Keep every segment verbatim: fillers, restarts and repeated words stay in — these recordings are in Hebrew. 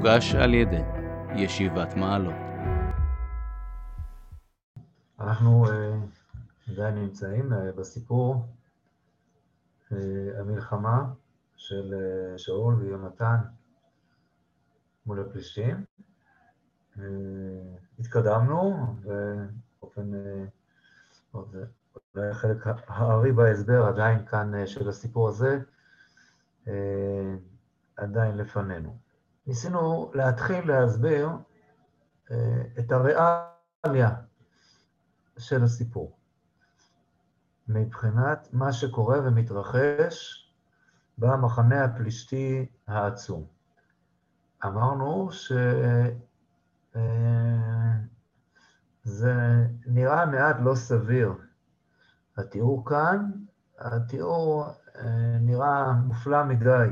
מוגש על ידי ישיבת מעלות. אנחנו עדיין נמצאים בסיפור המלחמה של שאול ויונתן מול הפלישתים. התקדמנו, ובאופן אולי חלק הארי בהסבר עדיין כאן של הסיפור הזה, עדיין לפנינו. ניסינו להתחיל להסביר את הריאליה של הסיפור, מבחינת מה שקורה ומתרחש במחנה הפלישתי העצום. אמרנו שזה נראה מעט לא סביר. התיאור כאן, התיאור נראה מופלא מדי.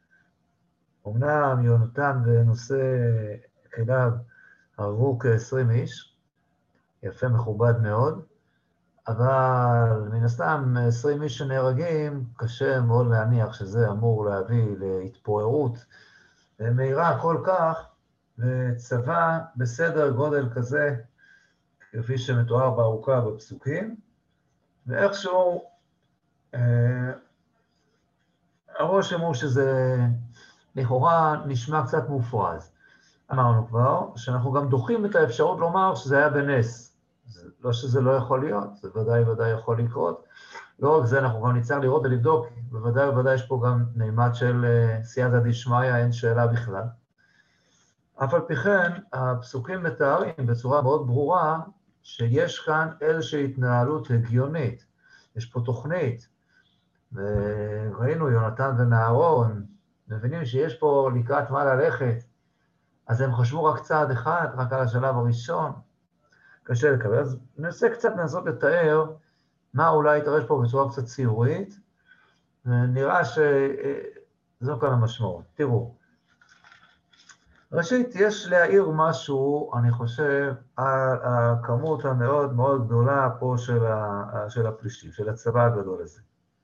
אמנם יונתן ונושא כליו הרגו כ-עשרים איש, יפה, מכובד מאוד, אבל מן הסתם עשרים איש שנהרגים, קשה מאוד להניח שזה אמור להביא להתפוררות מהירה כל כך, וצבא בסדר גודל כזה, כפי שמתואר בארוכה בפסוקים, ואיכשהו אה, הרושם הוא שזה לכאורה נשמע קצת מופרז. אמרנו כבר שאנחנו גם דוחים את האפשרות לומר שזה היה בנס. לא שזה לא יכול להיות, זה ודאי ודאי יכול לקרות. לא רק זה, אנחנו גם נצטרך לראות ולבדוק, בוודאי ובוודאי יש פה גם מימד של סייעתא דשמיא, אין שאלה בכלל. אף על פי כן, הפסוקים מתארים בצורה מאוד ברורה, שיש כאן איזושהי התנהלות הגיונית. יש פה תוכנית, וראינו יונתן ונהרון, מבינים שיש פה לקראת מה ללכת, אז הם חשבו רק צעד אחד, רק על השלב הראשון, קשה לקבל. אז ננסה קצת לנסות לתאר מה אולי יתרש פה בצורה קצת ציורית, ונראה שזו כאן המשמעות. תראו, ראשית, יש להעיר משהו, אני חושב, על הכמות המאוד מאוד גדולה פה של, ה, של הפלישתים, של הצבא הגדול הזה.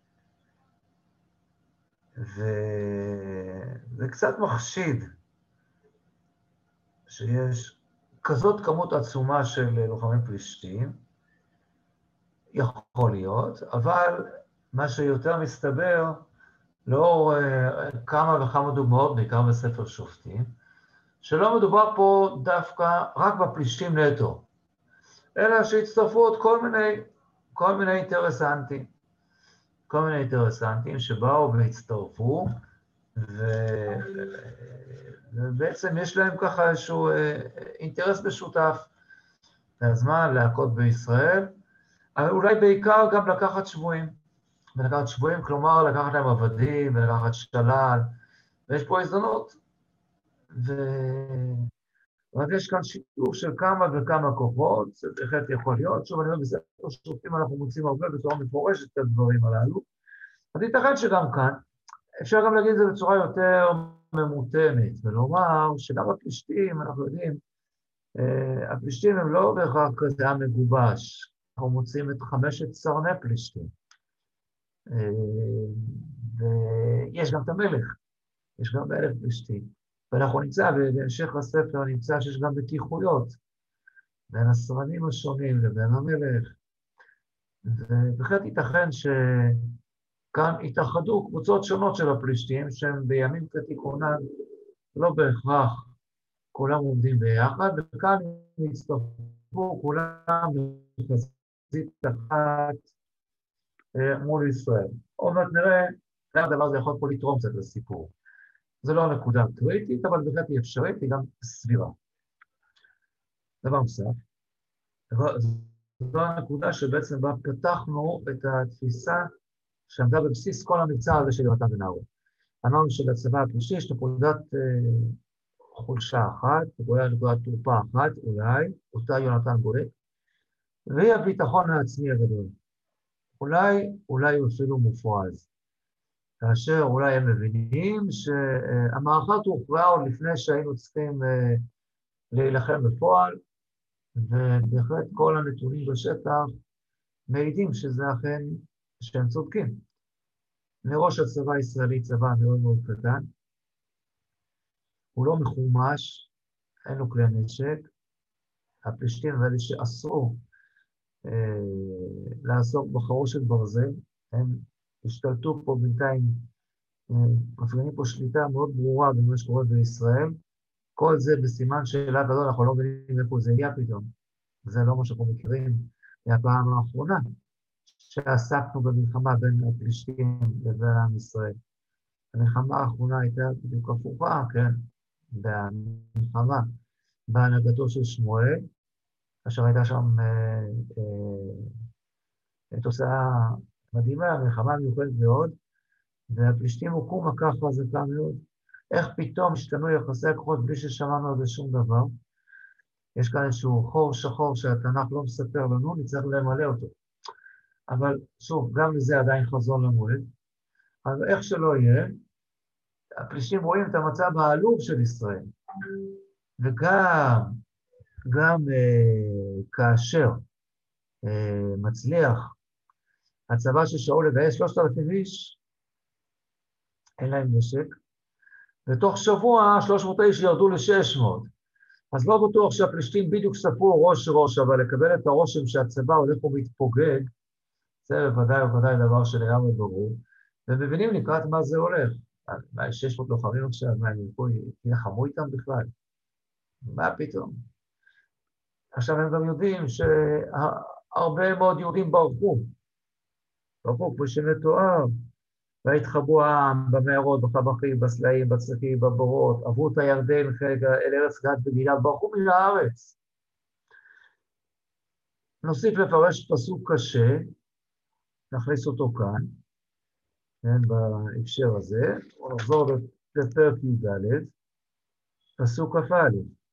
וזה קצת מחשיד שיש כזאת כמות עצומה של לוחמים פלישתים, יכול להיות, אבל מה שיותר מסתבר, לאור כמה וכמה דוגמאות, בעיקר בספר שופטים, שלא מדובר פה דווקא רק בפלישתים נטו, אלא שהצטרפו עוד כל מיני, כל מיני אינטרסנטים, כל מיני אינטרסנטים שבאו והצטרפו, ו... ובעצם יש להם ככה איזשהו אינטרס משותף, מהזמן להכות בישראל, אבל אולי בעיקר גם לקחת שבויים, ולקחת שבויים, כלומר לקחת להם עבדים ולקחת שלל, ויש פה הזדמנות. ו... אבל יש כאן שיתוף של כמה וכמה כוחות, זה בהחלט יכול להיות, שוב אני אומר, בספר שופטים אנחנו מוצאים הרבה בצורה מפורשת את הדברים הללו, אז ייתכן שגם כאן, אפשר גם להגיד את זה בצורה יותר ממותנת, ולומר שגם הפלישתים, אנחנו יודעים, הפלישתים הם לא בהכרח כזה המגובש, אנחנו מוצאים את חמשת סרני פלישתים, ויש גם את המלך, יש גם מלך פלישתי, ואנחנו נמצא, בהמשך הספר נמצא שיש גם מתיחויות, בין הסרנים השונים לבין המלך, ובהחלט ייתכן שכאן התאחדו קבוצות שונות של הפלישתים, שהם בימים כתיקונם לא בהכרח כולם עומדים ביחד, וכאן הצטרפו כולם בחזית אחת מול ישראל. עוד מעט נראה, לאן הדבר הזה יכול פה לתרום קצת לסיפור. זה לא נקודה קריטית, אבל בהחלט היא אפשרית, היא גם סבירה. דבר נוסף, זו הנקודה שבעצם בה פתחנו את התפיסה שעמדה בבסיס כל המבצע הזה של יונתן ונהרון. אמרנו שלצבא הפלישתי יש נקודת חולשה אחת, נקודת תורפה אחת, אולי, אותה יונתן בודק, והיא הביטחון העצמי הגדול. אולי, אולי הוא אפילו מופרז. כאשר אולי הם מבינים שהמערכה תוכרעה עוד לפני שהיינו צריכים להילחם בפועל, ובהחלט כל הנתונים בשטח מעידים שזה אכן שהם צודקים. מראש הצבא הישראלי צבא מאוד מאוד קטן, הוא לא מחומש, אין לו כלי נשק. הפלישתים האלה שאסרו אה, לעסוק בחרושת ברזל, הם השתלטו פה בינתיים, אה, מפגינים פה שליטה מאוד ברורה במה שקורה בישראל. כל זה בסימן שאלה גדול, אנחנו לא מבינים איפה זה יהיה פתאום. זה לא מה שאנחנו מכירים מהפעם האחרונה, שעסקנו במלחמה בין הפלישתים לבין עם ישראל. המלחמה האחרונה הייתה בדיוק הפוכה, כן? במלחמה בהנהגתו של שמואל, אשר הייתה שם אה, אה, תוצאה מדהימה, מלחמה מיוחדת מאוד, והפלישתים הוכו מכה חזקה מאוד. איך פתאום השתנו יחסי הכוחות בלי ששמענו על זה שום דבר? יש כאן איזשהו חור שחור שהתנ"ך לא מספר לנו, נצטרך למלא אותו. אבל שוב, גם לזה עדיין חזון למועד. אבל איך שלא יהיה, הפלישתים רואים את המצב העלוב של ישראל. וגם, גם אה, כאשר אה, מצליח הצבא של שאול לגייס שלושת אלפים איש, אין להם נשק, ותוך שבוע שלוש מאות איש ירדו ל-שש מאות. אז לא בטוח שהפלישתים בדיוק ספרו ראש ראש, אבל לקבל את הרושם שהצבא הולך ומתפוגג, זה בוודאי ובוודאי דבר שלגמרי ברור, ומבינים לקראת מה זה הולך. מה, שש מאות לוחמים עכשיו, מה, הם ילחמו איתם בכלל? מה פתאום? עכשיו הם גם יודעים שהרבה מאוד יהודים ברחו, ברחו כמו שמתואר, והתחבאו העם במערות, בחבכים, בסלעים, בצריחים, בבורות, עברו את הירדן, אל ארץ גת וגלעד, ברחו מן הארץ. נוסיף לפרש פסוק קשה, נכניס אותו כאן, כן, בהקשר הזה, ונחזור לפרק י"ד, פסוק כ"א.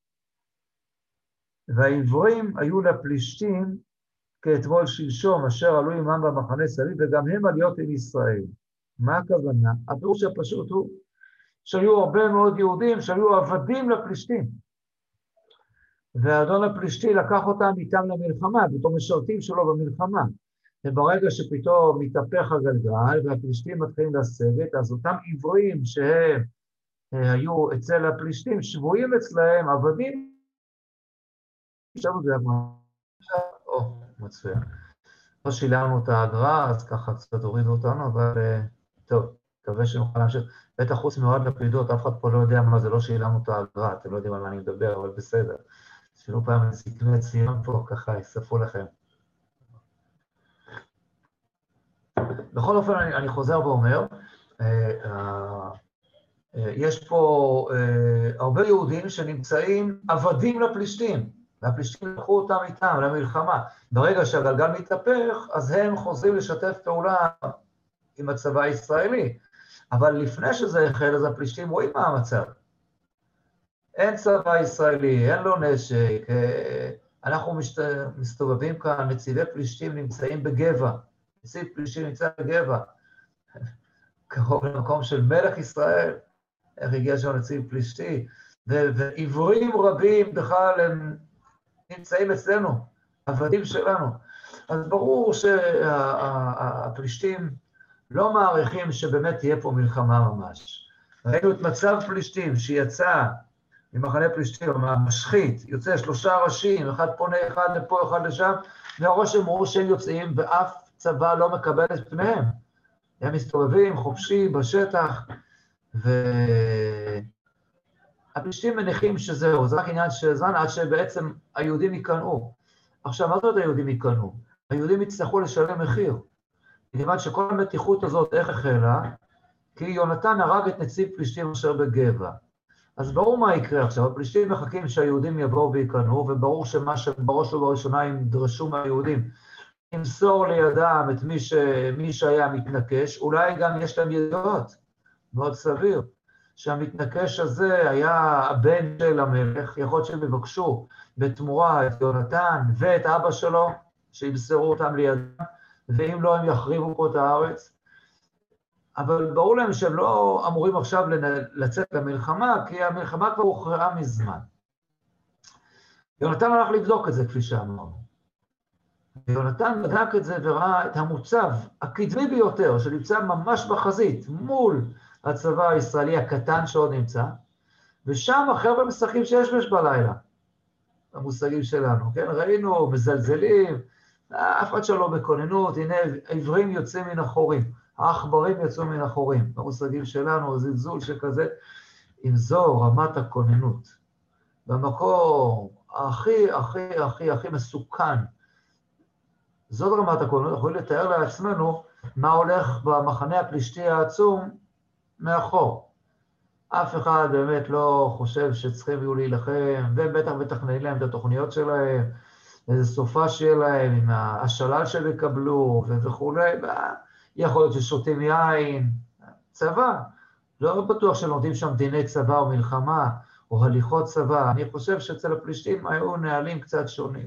והעברים היו לפלישתים כאתמול שלשום, אשר עלו עמם במחנה סביב, וגם הם עליות עם ישראל. מה הכוונה? הפירוש הפשוט הוא שהיו הרבה מאוד יהודים שהיו עבדים לפלישתים. והאדון הפלישתי לקח אותם איתם למלחמה, פתאום משרתים שלו במלחמה. וברגע שפתאום מתהפך הגלגל והפלישתים מתחילים לסגת, אז אותם עברים שהם היו אצל הפלישתים, שבויים אצלהם, עבדים, עכשיו זה מה? או, מצוין. לא שילמנו את האגרה, אז ככה קצת הורידו אותנו, אבל טוב, מקווה שנוכל להמשיך. בטח חוץ מאוד לפידות, אף אחד פה לא יודע מה זה, לא שילמנו את האגרה, אתם לא יודעים על מה אני מדבר, אבל בסדר. שינו פעם זקני ציון פה, ככה, יספרו לכם. בכל אופן, אני, אני חוזר ואומר, אה, אה, יש פה אה, הרבה יהודים שנמצאים עבדים לפלישתים, והפלישתים לקחו אותם איתם למלחמה. ברגע שהגלגל מתהפך, אז הם חוזרים לשתף פעולה עם הצבא הישראלי. אבל לפני שזה החל, אז הפלישתים רואים מה המצב. אין צבא ישראלי, אין לו נשק, אנחנו מסתובבים כאן, נציבי פלישתים נמצאים בגבע, נציב פלישתים נמצא בגבע, קרוב למקום של מלך ישראל, איך הגיע שם נציב פלישתי, ועברים רבים בכלל הם נמצאים אצלנו, עבדים שלנו. אז ברור שהפלישתים לא מעריכים שבאמת תהיה פה מלחמה ממש. ראינו את מצב פלישתים שיצא ממחנה פלישתים, המשחית, יוצא שלושה ראשים, אחד פונה אחד לפה, אחד לשם, והראש אמרו שהם יוצאים ואף צבא לא מקבל את פניהם. הם מסתובבים חופשי בשטח, והפלישתים מניחים שזהו, זה רק עניין של זמן עד שבעצם היהודים יקנאו. עכשיו, מה זאת היהודים יקנאו? היהודים יצטרכו לשלם מחיר. כיוון שכל המתיחות הזאת איך החלה, כי יונתן הרג את נציב פלישתים אשר בגבע. אז ברור מה יקרה עכשיו, הפלישתים מחכים שהיהודים יבואו ויקנו, וברור שמה שבראש ובראשונה הם דרשו מהיהודים, למסור לידם את מי, ש... מי שהיה מתנקש, אולי גם יש להם ידיעות, מאוד סביר, שהמתנקש הזה היה הבן של המלך, יכול להיות שהם יבקשו בתמורה את יונתן ואת אבא שלו, שימסרו אותם לידם, ואם לא הם יחריבו פה את הארץ. אבל ברור להם שהם לא אמורים עכשיו לצאת למלחמה, כי המלחמה כבר הוכרעה מזמן. יונתן הלך לבדוק את זה, כפי שאמרנו. יונתן בדק את זה וראה את המוצב הקדמי ביותר, שנמצא ממש בחזית, מול הצבא הישראלי הקטן שעוד נמצא, ושם הכי הרבה משחקים שיש בש בלילה, המושגים שלנו, כן? ראינו, מזלזלים, אף אחד שלא בכוננות, הנה עברים יוצאים מן החורים, העכברים יצאו מן החורים, במושגים שלנו, זלזול שכזה, אם זו רמת הכוננות, במקור הכי, הכי, הכי, הכי מסוכן, זאת רמת הכוננות, אנחנו יכולים לתאר לעצמנו מה הולך במחנה הפלישתי העצום מאחור. אף אחד באמת לא חושב שצריכים יהיו להילחם, והם בטח מתכננים להם את התוכניות שלהם, איזה סופה שיהיה להם, עם השלל שהם יקבלו וכו'. יכול להיות ששותים יין, צבא. לא בטוח שלומדים שם דיני צבא או מלחמה, או הליכות צבא. אני חושב שאצל הפלישתים היו נהלים קצת שונים.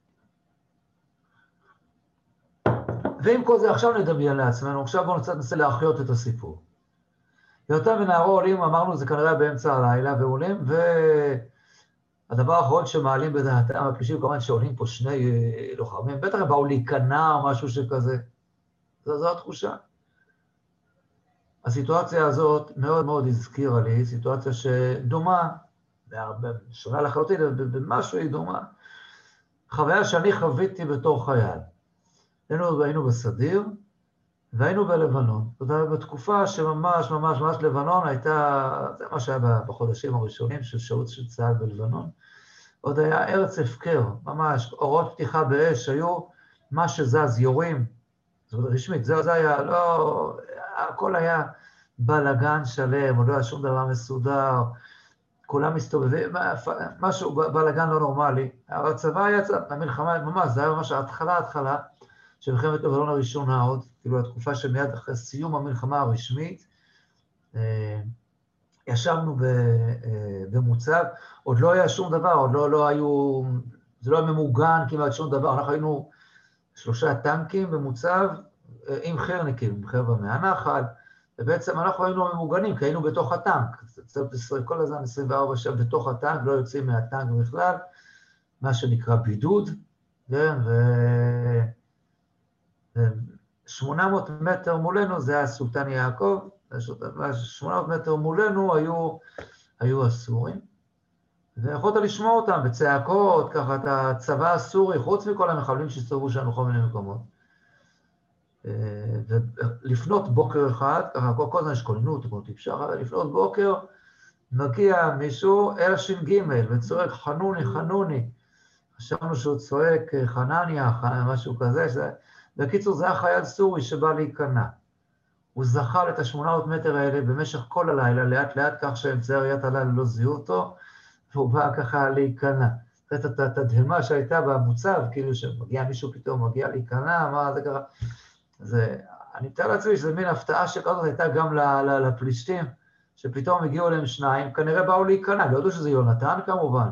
ועם כל זה עכשיו נדמיין לעצמנו, עכשיו בואו קצת ננסה להחיות את הסיפור. יונתן ונערו עולים, אמרנו, זה כנראה באמצע הלילה, ועולים, והדבר האחרון שמעלים בדעתם, הפלישתים כמובן שעולים פה שני לוחמים, בטח הם באו להיכנע או משהו שכזה. זו, זו התחושה. הסיטואציה הזאת מאוד מאוד הזכירה לי, סיטואציה שדומה, שונה לחלוטין, במשהו היא דומה, חוויה שאני חוויתי בתור חייל. היינו, היינו בסדיר, והיינו בלבנון. זאת אומרת, בתקופה שממש ממש ממש לבנון הייתה, זה מה שהיה בחודשים הראשונים של שהות של צה"ל בלבנון, עוד היה ארץ הפקר, ממש, אורות פתיחה באש, היו מה שזז, יורים, זאת אומרת, רשמית, זה, זה היה, לא, הכל היה בלגן שלם, עוד לא היה שום דבר מסודר, כולם מסתובבים, משהו בלגן לא נורמלי, אבל הצבא היה, המלחמה, ממש, זה היה ממש ההתחלה, ההתחלה, של מלחמת לבנון הראשונה עוד, כאילו התקופה שמיד אחרי סיום המלחמה הרשמית, ישבנו במוצב, עוד לא היה שום דבר, עוד לא, לא היו, זה לא היה ממוגן כמעט שום דבר, אנחנו היינו שלושה טנקים במוצב, עם חרניקים, עם חבר'ה מהנחל, ובעצם אנחנו היינו ממוגנים, כי היינו בתוך הטנק, כל הזמן עשרים וארבע שעות בתוך הטנק, לא יוצאים מהטנק בכלל, מה שנקרא בידוד, כן, ו... שמונה מאות מטר מולנו, זה היה סולטן יעקב, שמונה מאות מטר מולנו היו, היו הסורים, ויכולת לשמוע אותם בצעקות, ככה את הצבא הסורי, חוץ מכל המחבלים שהסתובבו שלנו בכל מיני מקומות. ולפנות בוקר אחד, ככה כל, כל הזמן יש כוננות, כמו טיפשה, לפנות בוקר, מגיע מישהו אל הש"ג, וצועק חנוני, חנוני, חשבנו שהוא צועק חנניה, משהו כזה, שזה... בקיצור, זה היה חייל סורי שבא להיכנע. הוא זחל את ה-שמונה מאות מטר האלה במשך כל הלילה, לאט לאט כך שאמצעי ראיית הלילה לא זיהו אותו, והוא בא ככה להיכנע. את התדהמה שהייתה במוצב, כאילו שמגיע מישהו פתאום, מגיע להיכנע, מה זה קרה? זה, אני מתאר לעצמי שזה מין הפתעה שכזאת הייתה גם לפלישתים, שפתאום הגיעו אליהם שניים, כנראה באו להיכנע, לא ידעו שזה יונתן כמובן.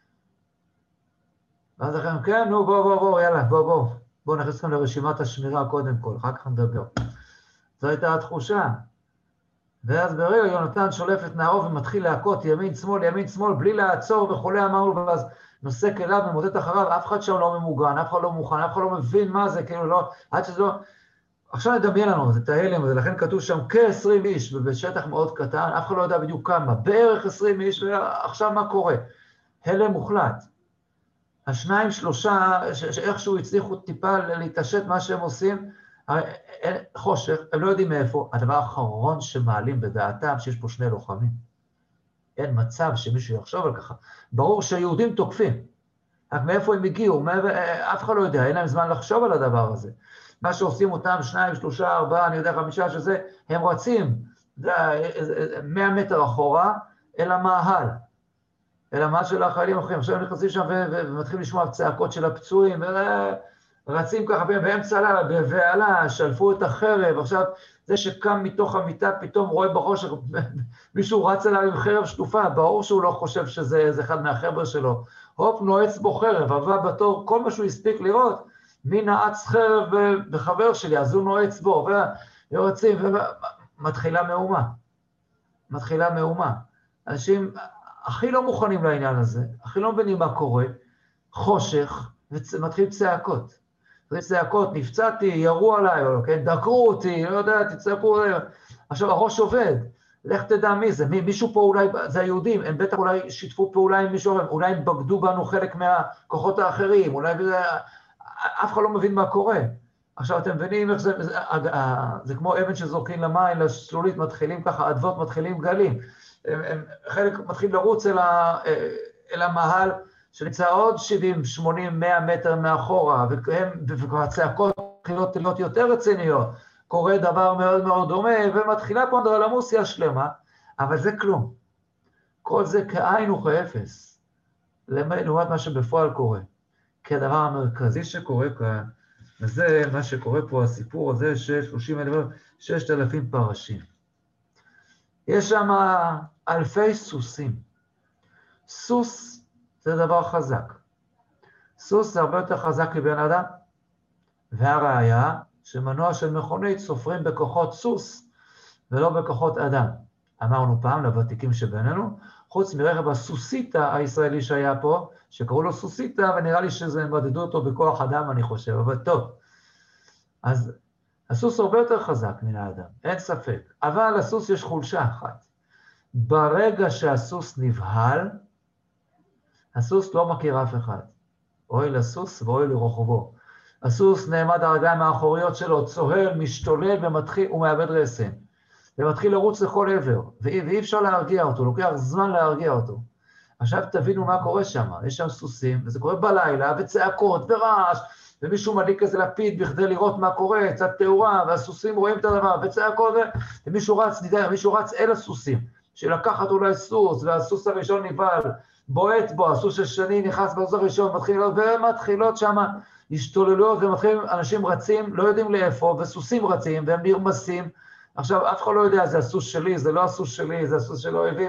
ואז לכם, כן, נו, בוא, בוא, בוא, יאללה, בוא, בוא. בואו נכנס כאן לרשימת השמירה קודם כל, אחר כך נדבר. זו הייתה התחושה. ואז ברגע יונתן שולף את נערו ומתחיל להכות ימין שמאל, ימין שמאל, בלי לעצור וכולי, אמרנו, ואז נוסק אליו, ממוטט אחריו, אף אחד שם לא ממוגן, אף אחד לא מוכן, אף אחד לא מבין מה זה, כאילו לא, עד שזה לא... עכשיו נדמיין לנו, זה את ההלם הזה, לכן כתוב שם כ-עשרים איש, בשטח מאוד קטן, אף אחד לא יודע בדיוק כמה, בערך עשרים איש, ועכשיו מה קורה? הלם מוחלט. השניים, שלושה, שאיכשהו הצליחו טיפה להתעשת מה שהם עושים, חושך, הם לא יודעים מאיפה. הדבר האחרון שמעלים בדעתם, שיש פה שני לוחמים. אין מצב שמישהו יחשוב על ככה. ברור שהיהודים תוקפים. רק מאיפה הם הגיעו, אף אחד לא יודע, אין להם זמן לחשוב על הדבר הזה. מה שעושים אותם, שניים, שלושה, ארבעה, אני יודע, חמישה, שזה, הם רצים מאה מטר אחורה, אל המאהל. אלא מה של החיילים אחרים, עכשיו הם נכנסים שם ומתחילים לשמוע צעקות של הפצועים, ורצים ככה באמצע הלילה, בבהלה, שלפו את החרב, עכשיו זה שקם מתוך המיטה פתאום רואה בחושך, מישהו רץ אליו עם חרב שטופה, ברור שהוא לא חושב שזה אחד מהחבר'ה שלו, הופ, נועץ בו חרב, הבא בתור, כל מה שהוא הספיק לראות, מי נעץ חרב בחבר שלי, אז הוא נועץ בו, ורצים, ומתחילה מהומה, מתחילה מהומה, אנשים... הכי לא מוכנים לעניין הזה, הכי לא מבינים מה קורה, חושך, ומתחיל צעקות. צעקות, נפצעתי, ירו עליי, כן, דקרו אותי, לא יודע, תצעקו עליי. עכשיו, הראש עובד, לך תדע מי זה, מי, מישהו פה אולי, זה היהודים, הם בטח אולי שיתפו פעולה עם מישהו, אולי הם בגדו בנו חלק מהכוחות האחרים, אולי אף אחד לא מבין מה קורה. עכשיו אתם מבינים איך זה, זה, זה כמו אבן שזורקים למים, לשלולית מתחילים ככה, אדוות מתחילים גלים, הם, הם, חלק מתחיל לרוץ אל, ה, אל המהל, שנמצא עוד שבעים, שמונים, מאה מטר מאחורה, והם, והצעקות מתחילות להיות יותר רציניות, קורה דבר מאוד מאוד דומה, ומתחילה פה אנדרלמוסיה שלמה, אבל זה כלום. כל זה כאין וכאפס, לעומת מה שבפועל קורה. כי הדבר המרכזי שקורה כאן, וזה מה שקורה פה, הסיפור הזה של שלושים אלף, ששת אלפים פרשים. יש שם אלפי סוסים. סוס זה דבר חזק. סוס זה הרבה יותר חזק מבן אדם, והראיה שמנוע של מכונית סופרים בכוחות סוס, ולא בכוחות אדם. אמרנו פעם לוותיקים שבינינו, חוץ מרכב הסוסיטה הישראלי שהיה פה, שקראו לו סוסיטה, ונראה לי שזה מדדו אותו בכוח אדם, אני חושב, אבל טוב. אז הסוס הרבה יותר חזק מן האדם, אין ספק. אבל לסוס יש חולשה אחת. ברגע שהסוס נבהל, הסוס לא מכיר אף אחד. אוי לסוס ואוי לרוחבו. הסוס נעמד הרגליים האחוריות שלו, צוהל, משתולל ומתחיל, הוא מאבד רסן. ומתחיל לרוץ לכל עבר, ואי, ואי אפשר להרגיע אותו, לוקח זמן להרגיע אותו. עכשיו תבינו מה קורה שם, יש שם סוסים, וזה קורה בלילה, וצעקות ורעש, ומישהו מדליק איזה לפיד בכדי לראות מה קורה, קצת תאורה, והסוסים רואים את הדבר, וצעקות, ומישהו רץ, נדע, מישהו רץ אל הסוסים, שלקחת אולי סוס, והסוס הראשון נבהל, בועט בו, הסוס השני נכנס בסוס הראשון, מתחילות, ומתחילות שם השתוללויות, ומתחילים, אנשים רצים, לא יודעים לאיפה, וסוסים רצים, והם נרמסים, עכשיו, אף אחד לא יודע, זה הסוס שלי, זה לא הסוס שלי, זה הסוס שלא הביא,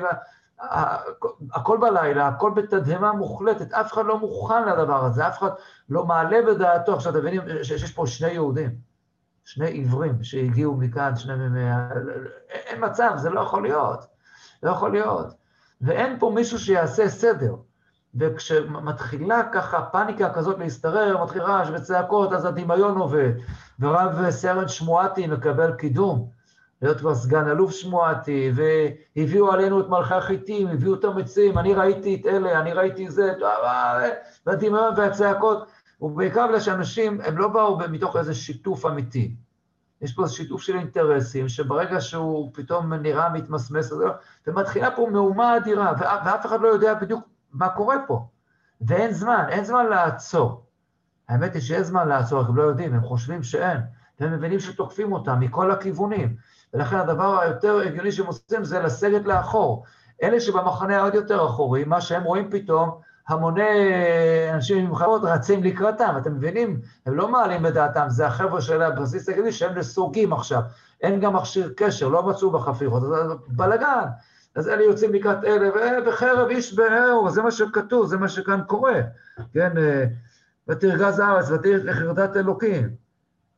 הכל בלילה, הכל בתדהמה מוחלטת, אף אחד לא מוכן לדבר הזה, אף אחד לא מעלה בדעתו. עכשיו, אתם מבינים שיש פה שני יהודים, שני עיוורים שהגיעו מכאן, שני ממאה, אין מצב, זה לא יכול להיות, לא יכול להיות. ואין פה מישהו שיעשה סדר, וכשמתחילה ככה פאניקה כזאת להסתרר, מתחיל רעש וצעקות, אז הדמיון עובד, ורב סרן שמואטי מקבל קידום, להיות כבר סגן אלוף שמואטי, והביאו עלינו את מלכי החיתים, הביאו את המצים, אני ראיתי את אלה, אני ראיתי זה, והדמיון והצעקות, ובעיקר בגלל שאנשים, הם לא באו מתוך איזה שיתוף אמיתי. יש פה שיתוף של אינטרסים, שברגע שהוא פתאום נראה מתמסמס, ומתחילה פה מהומה אדירה, ואף אחד לא יודע בדיוק מה קורה פה. ואין זמן, אין זמן לעצור. האמת היא שאין זמן לעצור, הם לא יודעים, הם חושבים שאין, והם מבינים שתוקפים אותם מכל הכיוונים. ולכן הדבר היותר הגיוני שהם עושים זה לסגת לאחור. אלה שבמחנה עוד יותר אחורי, מה שהם רואים פתאום, המוני אנשים עם חיות רצים לקראתם, אתם מבינים? הם לא מעלים בדעתם, זה החבר'ה של הבסיס הגדי שהם נסוגים עכשיו, אין גם מכשיר קשר, לא מצאו בחפירות, זה בלגן. אז אלה יוצאים לקראת אלה, וחרב איש ברעהו, זה מה שכתוב, זה מה שכאן קורה, כן? ותרגז הארץ, ותראי לחרדת אלוקים.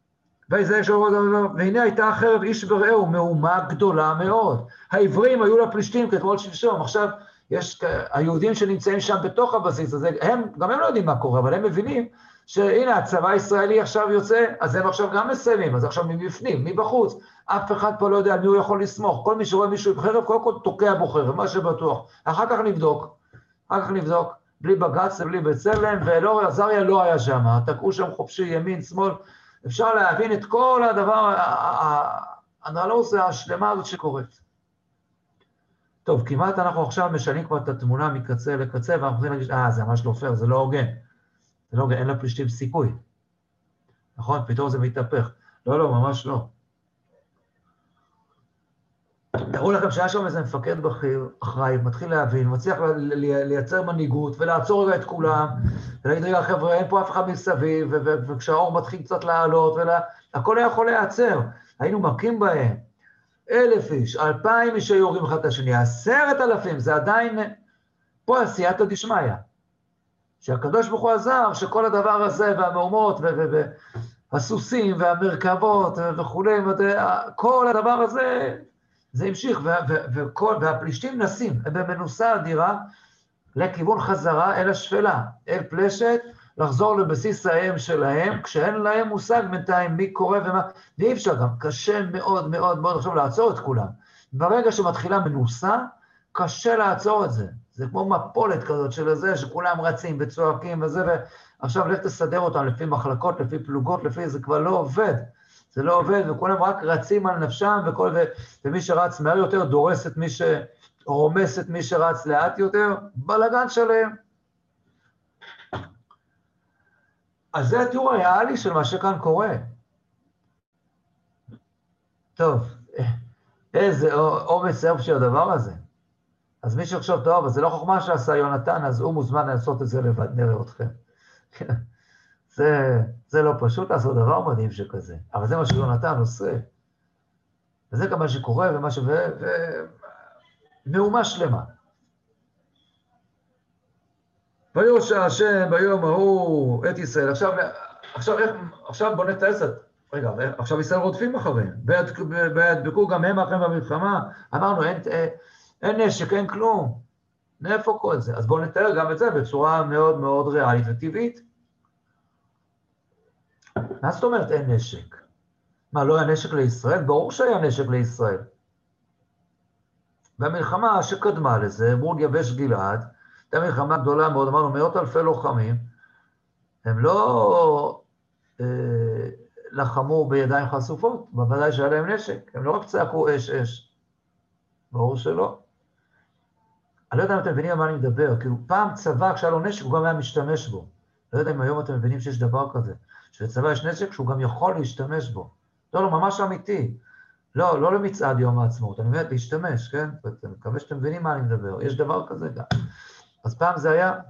והנה הייתה החרב איש ברעהו, מהומה גדולה מאוד. העברים היו לפלישתים כתמול שלשום, עכשיו יש היהודים שנמצאים שם בתוך הבסיס הזה, הם, גם הם לא יודעים מה קורה, אבל הם מבינים שהנה הצבא הישראלי עכשיו יוצא, אז הם עכשיו גם מסיימים, אז עכשיו מבפנים, מבחוץ, אף אחד פה לא יודע על מי הוא יכול לסמוך, כל מי שרואה מישהו עם חרב, קודם כל תוקע בו חרב, מה שבטוח, אחר כך נבדוק, אחר כך נבדוק, בלי בג"ץ ובלי בצלם, ואלאור עזריה לא היה שם, תקעו שם חופשי ימין, שמאל, אפשר להבין את כל הדבר, האנדרלמוסיה השלמה הזאת שקורית. טוב, כמעט אנחנו עכשיו משנים כבר את התמונה מקצה לקצה, ואנחנו יכולים להגיד, אה, זה ממש לא פייר, זה לא הוגן. זה לא הוגן, אין לפלישתים סיכוי. נכון? פתאום זה מתהפך. לא, לא, ממש לא. תראו לכם שהיה שם איזה מפקד בכיר, אחראי, מתחיל להבין, מצליח לייצר מנהיגות, ולעצור רגע את כולם, ולהגיד, רגע, חבר'ה, אין פה אף אחד מסביב, וכשהאור מתחיל קצת לעלות, הכל היה יכול להיעצר. היינו מכים בהם. אלף איש, אלפיים איש היורים אחד את השני, עשרת אלפים, זה עדיין פה עשייתא דשמיא. שהקדוש ברוך הוא עזר, שכל הדבר הזה, והמהומות, והסוסים, והמרכבות, וכולי, כל הדבר הזה, זה המשיך, והפלישתים נסים, הם במנוסה אדירה, לכיוון חזרה אל השפלה, אל פלשת, לחזור לבסיס האם שלהם, כשאין להם מושג בינתיים מי קורה ומה, ואי אפשר גם, קשה מאוד מאוד מאוד עכשיו לעצור את כולם, ברגע שמתחילה מנוסה, קשה לעצור את זה. זה כמו מפולת כזאת של זה, שכולם רצים וצועקים וזה, ועכשיו לך תסדר אותם לפי מחלקות, לפי פלוגות, לפי זה כבר לא עובד. זה לא עובד, וכולם רק רצים על נפשם, וכל, ו, ומי שרץ מהר יותר דורס את מי ש... רומס את מי שרץ לאט יותר, בלגן שלהם. אז זה התיאור הריאלי של מה שכאן קורה. טוב, איזה אומץ לב של הדבר הזה. אז מי שחשוב, טוב, אז זה לא חוכמה שעשה יונתן, אז הוא מוזמן לעשות את זה לבד, נראה אתכם. זה, זה לא פשוט לעשות דבר מדהים שכזה, אבל זה מה שיונתן עושה. וזה גם מה שקורה, ומה ש... ו... ו... מהומה שלמה. ויושע השם ביום ההוא את ישראל. עכשיו, עכשיו, עכשיו בוא נתאר קצת. רגע, עכשיו ישראל רודפים אחריהם. וידבקו גם הם אחריהם במלחמה. אמרנו, אין, אין נשק, אין כלום. מאיפה כל זה? אז בואו נתאר גם את זה בצורה מאוד מאוד ריאלית וטבעית. מה זאת אומרת אין נשק? מה, לא היה נשק לישראל? ברור שהיה נשק לישראל. והמלחמה שקדמה לזה, מול יבש גלעד, הייתה מלחמה גדולה מאוד, אמרנו, מאות אלפי לוחמים, הם לא אה, לחמו בידיים חשופות, בוודאי שהיה להם נשק, הם לא רק צעקו אש אש, ברור שלא. אני לא יודע אם אתם מבינים על מה אני מדבר, כאילו פעם צבא כשהיה לו נשק הוא גם היה משתמש בו, לא יודע אם היום אתם מבינים שיש דבר כזה, שלצבא יש נשק שהוא גם יכול להשתמש בו, לא, לא, ממש אמיתי, לא, לא למצעד יום העצמאות, אני אומר להשתמש, כן? אני מקווה שאתם מבינים מה אני מדבר, יש דבר כזה גם. אז פעם זה היה,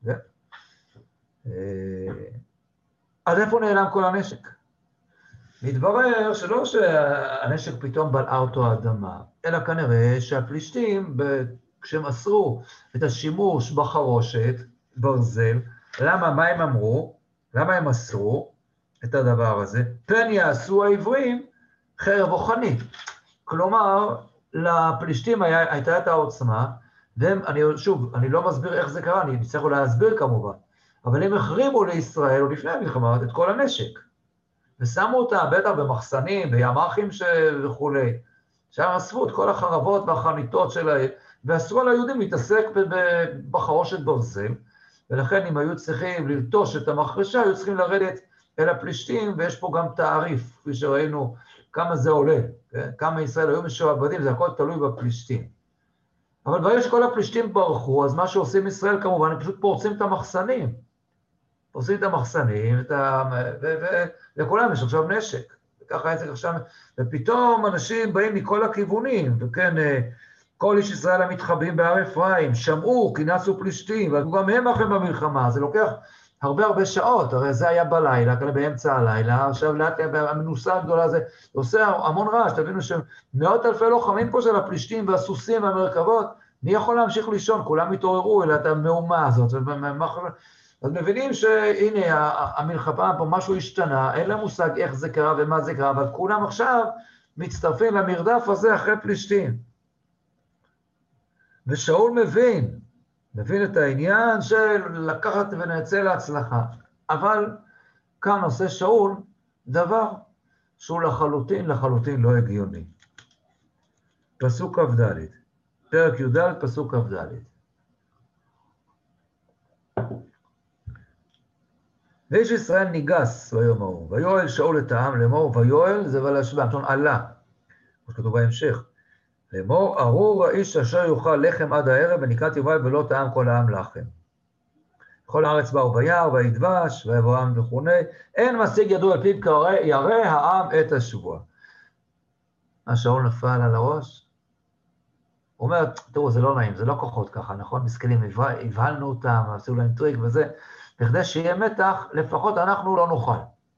אז איפה נעלם כל הנשק? מתברר שלא שהנשק פתאום בלעה אותו האדמה, אלא כנראה שהפלישתים, כשהם אסרו את השימוש בחרושת, ברזל, למה, מה הם אמרו? למה הם אסרו את הדבר הזה? פן יעשו העברים חרב או חנית. כלומר, לפלישתים היה, הייתה את העוצמה, והם, אני, שוב, אני לא מסביר איך זה קרה, אני צריך להסביר כמובן, אבל הם החרימו לישראל, או לפני המלחמה, את כל הנשק, ושמו אותה בטח במחסנים, בימ"חים וכו'. שם אספו את כל החרבות והחניתות שלהם, ואסרו על היהודים להתעסק בחרושת ברזל, ולכן אם היו צריכים ללטוש את המחרשה, היו צריכים לרדת אל הפלישתים, ויש פה גם תעריף, כפי שראינו כמה זה עולה, כן? כמה ישראל היו משועבדים, זה הכל תלוי בפלישתים. אבל ברגע שכל הפלישתים ברחו, אז מה שעושים ישראל כמובן, הם פשוט פורצים את המחסנים. פורצים את המחסנים, את ה... ו... ו... לכולם יש עכשיו נשק. וככה היה צריך עכשיו... ופתאום אנשים באים מכל הכיוונים, וכן, כל איש ישראל המתחבאים בהר אפרים, שמעו, כי נסו פלישתים, וגם הם אחרי במלחמה, זה לוקח הרבה הרבה שעות, הרי זה היה בלילה, כאלה באמצע הלילה, עכשיו לאט המנוסה הגדולה הזה, עושה המון רעש, תבינו שמאות אלפי לוחמים פה של הפלישתים והסוסים והמרכבות, מי יכול להמשיך לישון? כולם התעוררו אלא את המהומה הזאת, אז מבינים שהנה המלחמה פה משהו השתנה, אין לה מושג איך זה קרה ומה זה קרה, אבל כולם עכשיו מצטרפים למרדף הזה אחרי פלישתים. ושאול מבין, מבין את העניין של לקחת ונצא להצלחה, אבל כאן עושה שאול דבר שהוא לחלוטין, לחלוטין לא הגיוני. פסוק כ"ד, פרק י"ד, פסוק כ"ד. ואיש ישראל ניגס ביום ההוא, ויואל שאול את העם לאמור, ויואל זה ולהשבע, זאת אומרת עלה, כמו שכתוב בהמשך, לאמור, ארור האיש אשר יאכל לחם עד הערב, ונקראת יובל ולא טעם כל העם לחם. כל הארץ באו ביער, וידבש, ויבוא העם וכו', אין משיג ידו על פיו ירא העם את השבוע. מה שאול נפל על הראש? הוא אומר, תראו, זה לא נעים, זה לא כוחות ככה, נכון? מסכנים, הבהלנו אותם, עשו להם טריק וזה, בכדי שיהיה מתח, לפחות אנחנו לא נאכל.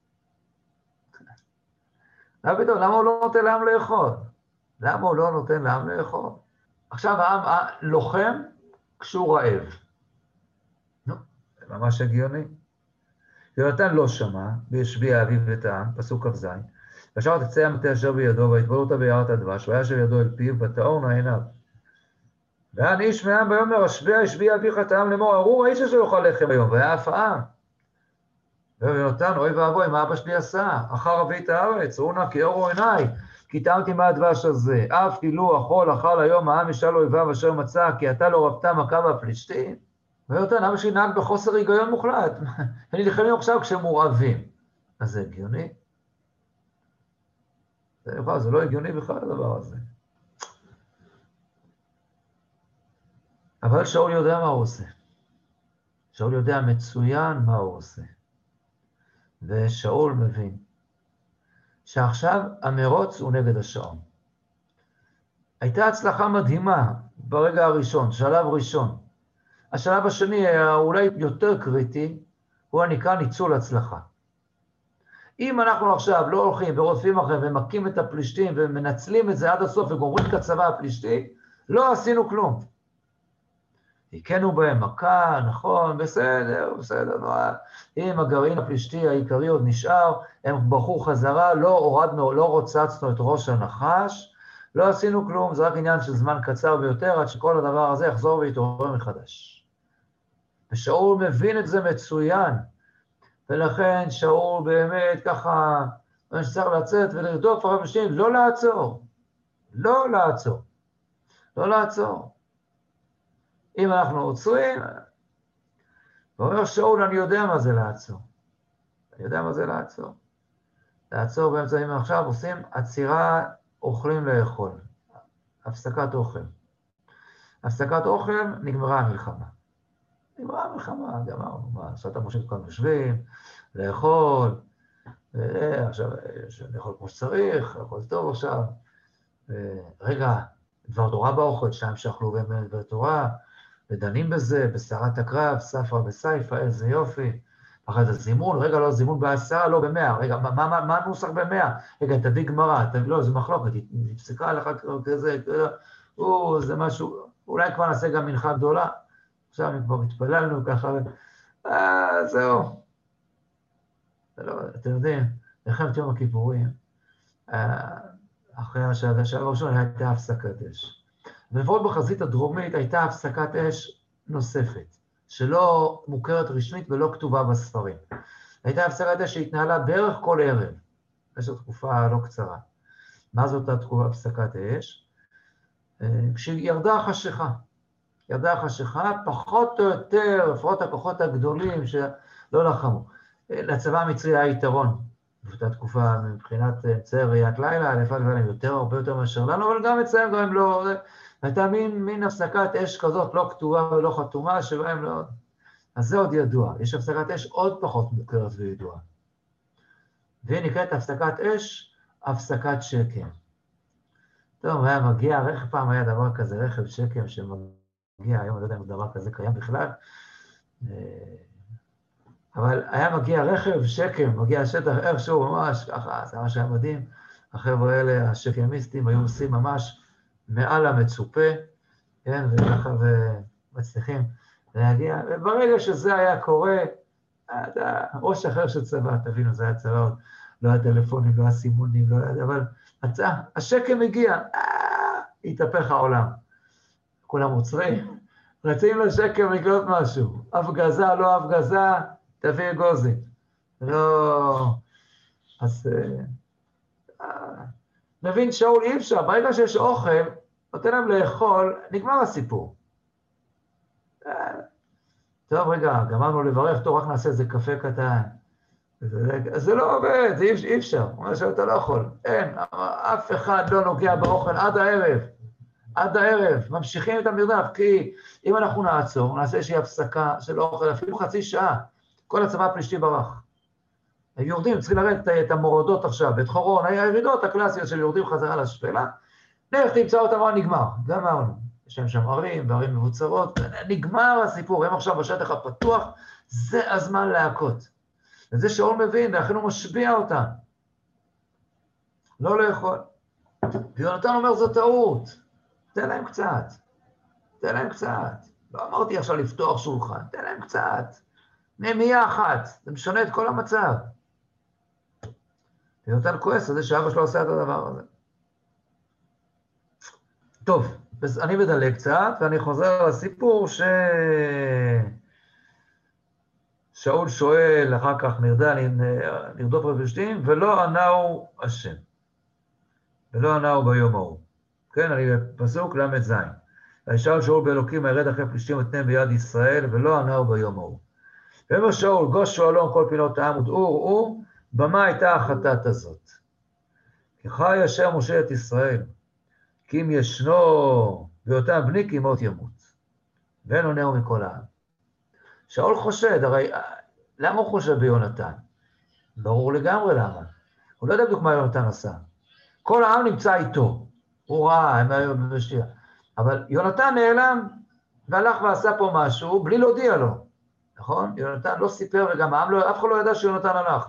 למה פתאום, למה הוא לא נותן לעם לאכול? למה הוא לא נותן לעם לאכול? עכשיו העם לוחם כשהוא רעב. נו, זה ממש הגיוני. יונתן לא שמע, וישביע אביו את העם, פסוק כ"ז, וישר תצא המטה אשר בידו, ויטבול אותה ביערת הדבש, וישב ידו אל פיו, ותאורנה עיניו. ואן איש מהעם ויאמר, השביע השביע אביך את העם לאמור, ארור האיש אשר יאכל לחם היום, ויעף העם. ויונתן, אוי ואבוי, מה אבא שלי עשה? אחר אביא את הארץ, ראו נא כי אורו עיניי, כי טעמתי מהדבש הזה, אף אילו אכול אכל היום העם משל אויביו אשר מצא, כי אתה לא רבתה מכה בפלישתים. ויותר, אבא שלי נהג בחוסר היגיון מוחלט. הם נלחמים עכשיו כשהם מורעבים. אז זה הגיוני? זה, זה לא הגיוני בכלל הדבר הזה. אבל שאול יודע מה הוא עושה. שאול יודע מצוין מה הוא עושה. ושאול מבין שעכשיו המרוץ הוא נגד השעון. הייתה הצלחה מדהימה ברגע הראשון, שלב ראשון. השלב השני, אולי יותר קריטי, הוא הנקרא ניצול הצלחה. אם אנחנו עכשיו לא הולכים ורודפים אחריהם ומכים את הפלישתים ומנצלים את זה עד הסוף וגומרים את הצבא הפלישתי, לא עשינו כלום. הכינו בהם מכה, נכון, בסדר, בסדר, נורא. אם הגרעין הפלישתי העיקרי עוד נשאר, הם ברחו חזרה, לא הורדנו, לא רוצצנו את ראש הנחש, לא עשינו כלום, זה רק עניין של זמן קצר ביותר, עד שכל הדבר הזה יחזור ויתעורר מחדש. ושאול מבין את זה מצוין, ולכן שאול באמת ככה, שצריך לצאת ולרדוף אחרי הפלישתים, לא לעצור, לא לעצור, לא לעצור. אם אנחנו עוצרים, ואומר שאול, אני יודע מה זה לעצור. אני יודע מה זה לעצור. לעצור באמצעים עכשיו עושים עצירה, אוכלים לאכול. הפסקת אוכל. הפסקת אוכל, נגמרה המלחמה. נגמרה המלחמה, גמרנו. מה, עכשיו אתה מושך כאן יושבים, לאכול, עכשיו, לאכול כמו שצריך, לאכול טוב עכשיו. רגע, דבר תורה באוכל, שהם שאכלו באמת דבר תורה, ודנים בזה, בסערת הקרב, ספרא וסייפא, איזה יופי. אחרי זה זימון, רגע לא זימון בעשרה, לא במאה, רגע, מה, מה, מה הנוסח במאה? רגע, תביא גמרא, לא, זה מחלוקת, נפסקה לך כזה, כזה, או, זה משהו, אולי כבר נעשה גם מנחה גדולה, עכשיו כבר התפללנו ככה, אה, זהו. לא, אתם יודעים, מלחמת יום הכיפורים, אחרי השלב הראשון הייתה הפסקת אש. ולפחות בחזית הדרומית הייתה הפסקת אש נוספת, שלא מוכרת רשמית ולא כתובה בספרים. הייתה הפסקת אש שהתנהלה בערך כל ערב, במשך תקופה לא קצרה. מה זאת התקופה הפסקת אש? כשירדה החשיכה. ירדה החשיכה, פחות או יותר, לפחות הכוחות הגדולים שלא לחמו. לצבא המצרי היה יתרון. באותה תקופה מבחינת אמצעי ראיית לילה, לפעמים דברים יותר, הרבה יותר מאשר לנו, אבל גם אצלם גם הם לא... הייתה מין, מין הפסקת אש כזאת, לא כתובה ולא חתומה, שבהם לא... אז זה עוד ידוע. יש הפסקת אש עוד פחות מוכרת וידועה. והיא נקראת הפסקת אש, הפסקת שקם. טוב, היה מגיע, רכב פעם היה דבר כזה, רכב שקם שמגיע, היום אני לא יודע אם דבר כזה קיים בכלל, אבל היה מגיע רכב שקם, מגיע שטח איפשהו ממש, ככה, זה ממש היה מדהים. החבר'ה האלה, השקמיסטים, היו עושים ממש מעל המצופה, כן, וככה ומצליחים להגיע. וברגע שזה היה קורה, אתה, ראש אחר של צבא, תבינו, זה היה צבא, לא היה טלפונים, לא היה סימונים, לא היה, אבל הצע, השקם הגיע, אה, התהפך העולם. כולם עוצרים, רצים לשקם לקלוט משהו, הפגזה, לא הפגזה, תביא אגוזי. לא... אז... אה, מבין שאול אי אפשר, ברגע שיש אוכל, נותן להם לאכול, נגמר הסיפור. אה, טוב, רגע, גמרנו לברך, טוב, רק נעשה איזה קפה קטן. זה, זה לא עובד, זה אי, אי אפשר, הוא אומר שאתה לא יכול. אין, אף אחד לא נוגע באוכל עד הערב. עד הערב, ממשיכים את המרדף, כי אם אנחנו נעצור, נעשה איזושהי הפסקה של אוכל, אפילו חצי שעה, כל הצבא הפלישתי ברח. הם יורדים, צריכים לרדת את המורדות עכשיו, את חורון, הירידות הקלאסיות של יורדים חזרה לשפלה, לך תמצא אותם, נגמר, גמרנו. יש להם שם ערים וערים מבוצרות, נגמר הסיפור, הם עכשיו בשטח הפתוח, זה הזמן להכות. וזה שאול מבין, ואכן הוא משביע אותם. לא לאכול. ויונתן אומר, זו טעות. תן להם קצת. תן להם קצת. לא אמרתי עכשיו לפתוח שולחן, תן להם קצת. נמייה אחת, זה משנה את כל המצב. ויונתן כועס, זה שאבא שלו עושה את הדבר הזה. טוב, אני מדלג קצת, ואני חוזר לסיפור ש... שאול שואל, אחר כך נרדע, נרדוף בפלישתים, ולא ענהו השם. ולא ענהו ביום ההוא. כן, אני בפסוק למד זין. וישאל שאול באלוקים הירד אחרי פלישתים ותנם ביד ישראל, ולא ענהו ביום ההוא. ואמר שאול, גוש שואלום כל פינות העם ודעו ראו, במה הייתה החטאת הזאת? כי חי אשר משה את ישראל, כי אם ישנו באותם בני כי מות ימות. ואין עונהו מכל העם. שאול חושד, הרי למה הוא חושד ביונתן? ברור לגמרי למה. הוא לא יודע בדיוק מה יונתן עשה. כל העם נמצא איתו. הוא ראה, הם היו בשתייה. אבל יונתן נעלם והלך ועשה פה משהו בלי להודיע לו. נכון? יונתן לא סיפר וגם העם לא, אף אחד לא ידע שיונתן הלך.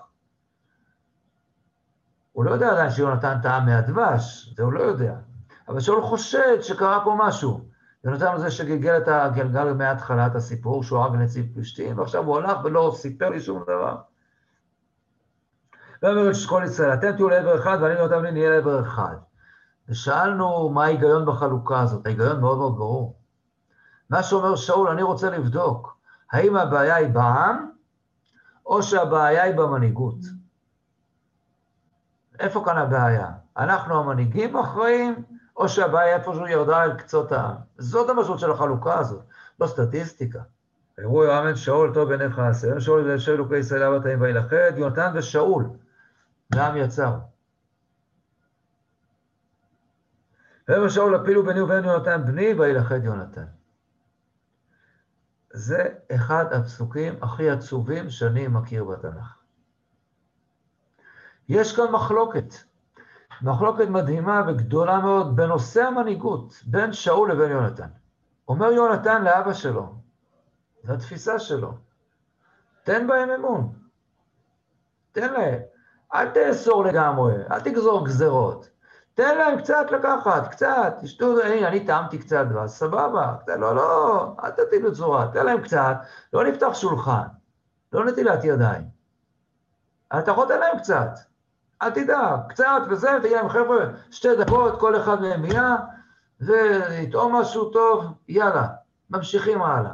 הוא לא יודע עדיין שיונתן טעם מהדבש, זה הוא לא יודע. אבל שאול חושד שקרה פה משהו. יונתן הוא זה שגלגל את הגלגל מההתחלת הסיפור, שהוא הרג נציב פלישתים, ועכשיו הוא הלך ולא סיפר לי שום דבר. ואומר את כל ישראל, אתם תהיו לעבר אחד, ואני ואותם לי נהיה לעבר אחד. ושאלנו מה ההיגיון בחלוקה הזאת, ההיגיון מאוד מאוד ברור. מה שאומר שאול, אני רוצה לבדוק, האם הבעיה היא בעם, או שהבעיה היא במנהיגות. איפה כאן הבעיה? אנחנו המנהיגים אחראים, או שהבעיה איפשהו ירדה על קצות העם. זאת המשמעות של החלוקה הזאת, לא סטטיסטיקה. אמרו יואמן שאול טוב בעיניך עשה, שאול לשם אלוקי ישראל אבות האם וילכד, יונתן ושאול, והעם יצר. ואמר שאול הפילו ביני ובין יונתן בני וילכד יונתן. זה אחד הפסוקים הכי עצובים שאני מכיר בתנ"ך. יש כאן מחלוקת, מחלוקת מדהימה וגדולה מאוד בנושא המנהיגות, בין שאול לבין יונתן. אומר יונתן לאבא שלו, זו התפיסה שלו, תן בהם אמון, תן להם, אל תאסור לגמרי, אל תגזור גזרות, תן להם קצת לקחת, קצת, תשתו, הנה, אני טעמתי קצת, אז סבבה, קצת, לא, לא, אל תטילו צורה, תן להם קצת, לא נפתח שולחן, לא נטילת ידיים, אתה יכול תן להם קצת, אל תדע, קצת וזה, תגיד להם חבר'ה, שתי דקות, כל אחד מהם יהיה, ויתאום משהו טוב, יאללה, ממשיכים הלאה.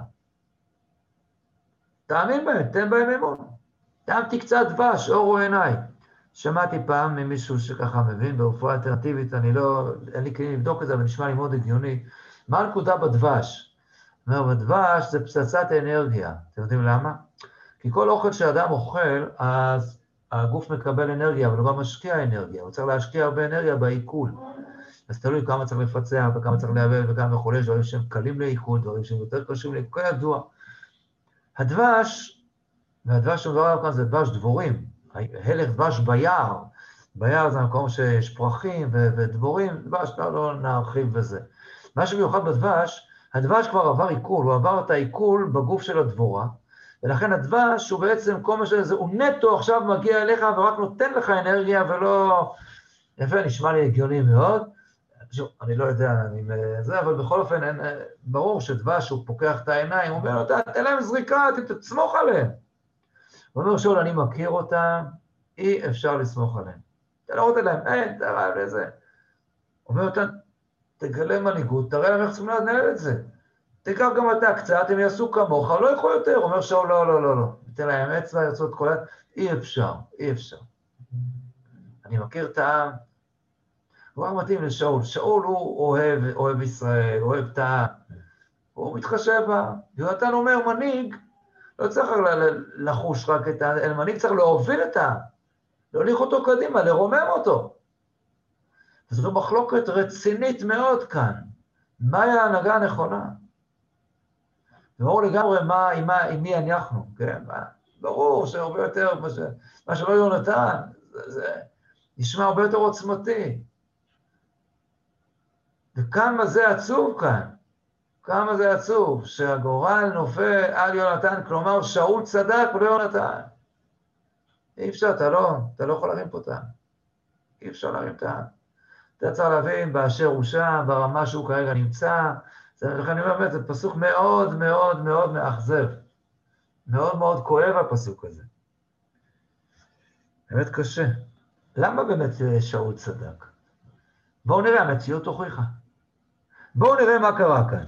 תאמין בהם, תן בהם אמון. טעמתי קצת דבש, אור עיניי. שמעתי פעם ממישהו שככה מבין ברפואה אלטרנטיבית, אני לא, אין לי כלים לבדוק את זה, אבל נשמע לי מאוד הגיוני. מה הנקודה בדבש? אומר, בדבש זה פצצת אנרגיה. אתם יודעים למה? כי כל אוכל שאדם אוכל, אז הגוף מקבל אנרגיה, אבל הוא גם משקיע אנרגיה. הוא צריך להשקיע הרבה אנרגיה בעיכול. אז תלוי כמה צריך לפצח, וכמה צריך להעבד, וכמה וכולי, יש דברים שהם קלים לעיכול, דברים שהם יותר קשים לעיכול, ידוע. הדבש, והדבש שמדבר עליו כאן זה דבש דבורים, הלך דבש ביער, ביער זה המקום שיש פרחים ו- ודבורים, דבש לא, לא נרחיב בזה. מה שמיוחד בדבש, הדבש כבר עבר עיכול, הוא עבר את העיכול בגוף של הדבורה, ולכן הדבש הוא בעצם כל מה שזה, הוא נטו עכשיו מגיע אליך ורק נותן לך אנרגיה ולא, יפה, נשמע לי הגיוני מאוד, שוב, אני לא יודע, אני זה, אבל בכל אופן, אין, ברור שדבש הוא פוקח את העיניים, הוא אומר, תן להם זריקה, תסמוך עליהם. הוא אומר, שאול, אני מכיר אותם, אי אפשר לסמוך עליהם. אתה לא רוצה להם, אין, תראה לזה. הוא אומר, תגלה מנהיגות, תראה להם איך צריכים לנהל את זה. תיקח גם אתה קצת, הם יעשו כמוך, לא יקחו יותר. הוא אומר, שאול, לא, לא, לא, לא. תן להם אצבע, ירצו את כל העם, אי אפשר, אי אפשר. אני מכיר את העם, הוא היה מתאים לשאול, שאול הוא אוהב, אוהב ישראל, אוהב את העם, הוא מתחשב בה, יונתן אומר, מנהיג, לא צריך לחוש רק את העם, אלא מנהיג צריך להוביל את העם, להוליך אותו קדימה, לרומם אותו. זו מחלוקת רצינית מאוד כאן, מהי ההנהגה הנכונה? ברור לגמרי מה, עם, מה, עם מי אנחנו, כן? ברור שהרבה יותר, מה, ש, מה שלא יונתן, זה, זה נשמע הרבה יותר עוצמתי. וכמה זה עצוב כאן, כמה זה עצוב, שהגורל נופל על יונתן, כלומר שאול צדק ולא יונתן. אי אפשר, אתה לא, אתה לא יכול להרים פה טעם. אי אפשר להרים טעם. אתה צריך להבין באשר הוא שם, ברמה שהוא כרגע נמצא, לכן אני אומר, באמת, זה פסוק מאוד מאוד מאוד מאכזב. מאוד מאוד כואב הפסוק הזה. באמת קשה. למה באמת שאול צדק? בואו נראה, המציאות הוכיחה. בואו נראה מה קרה כאן.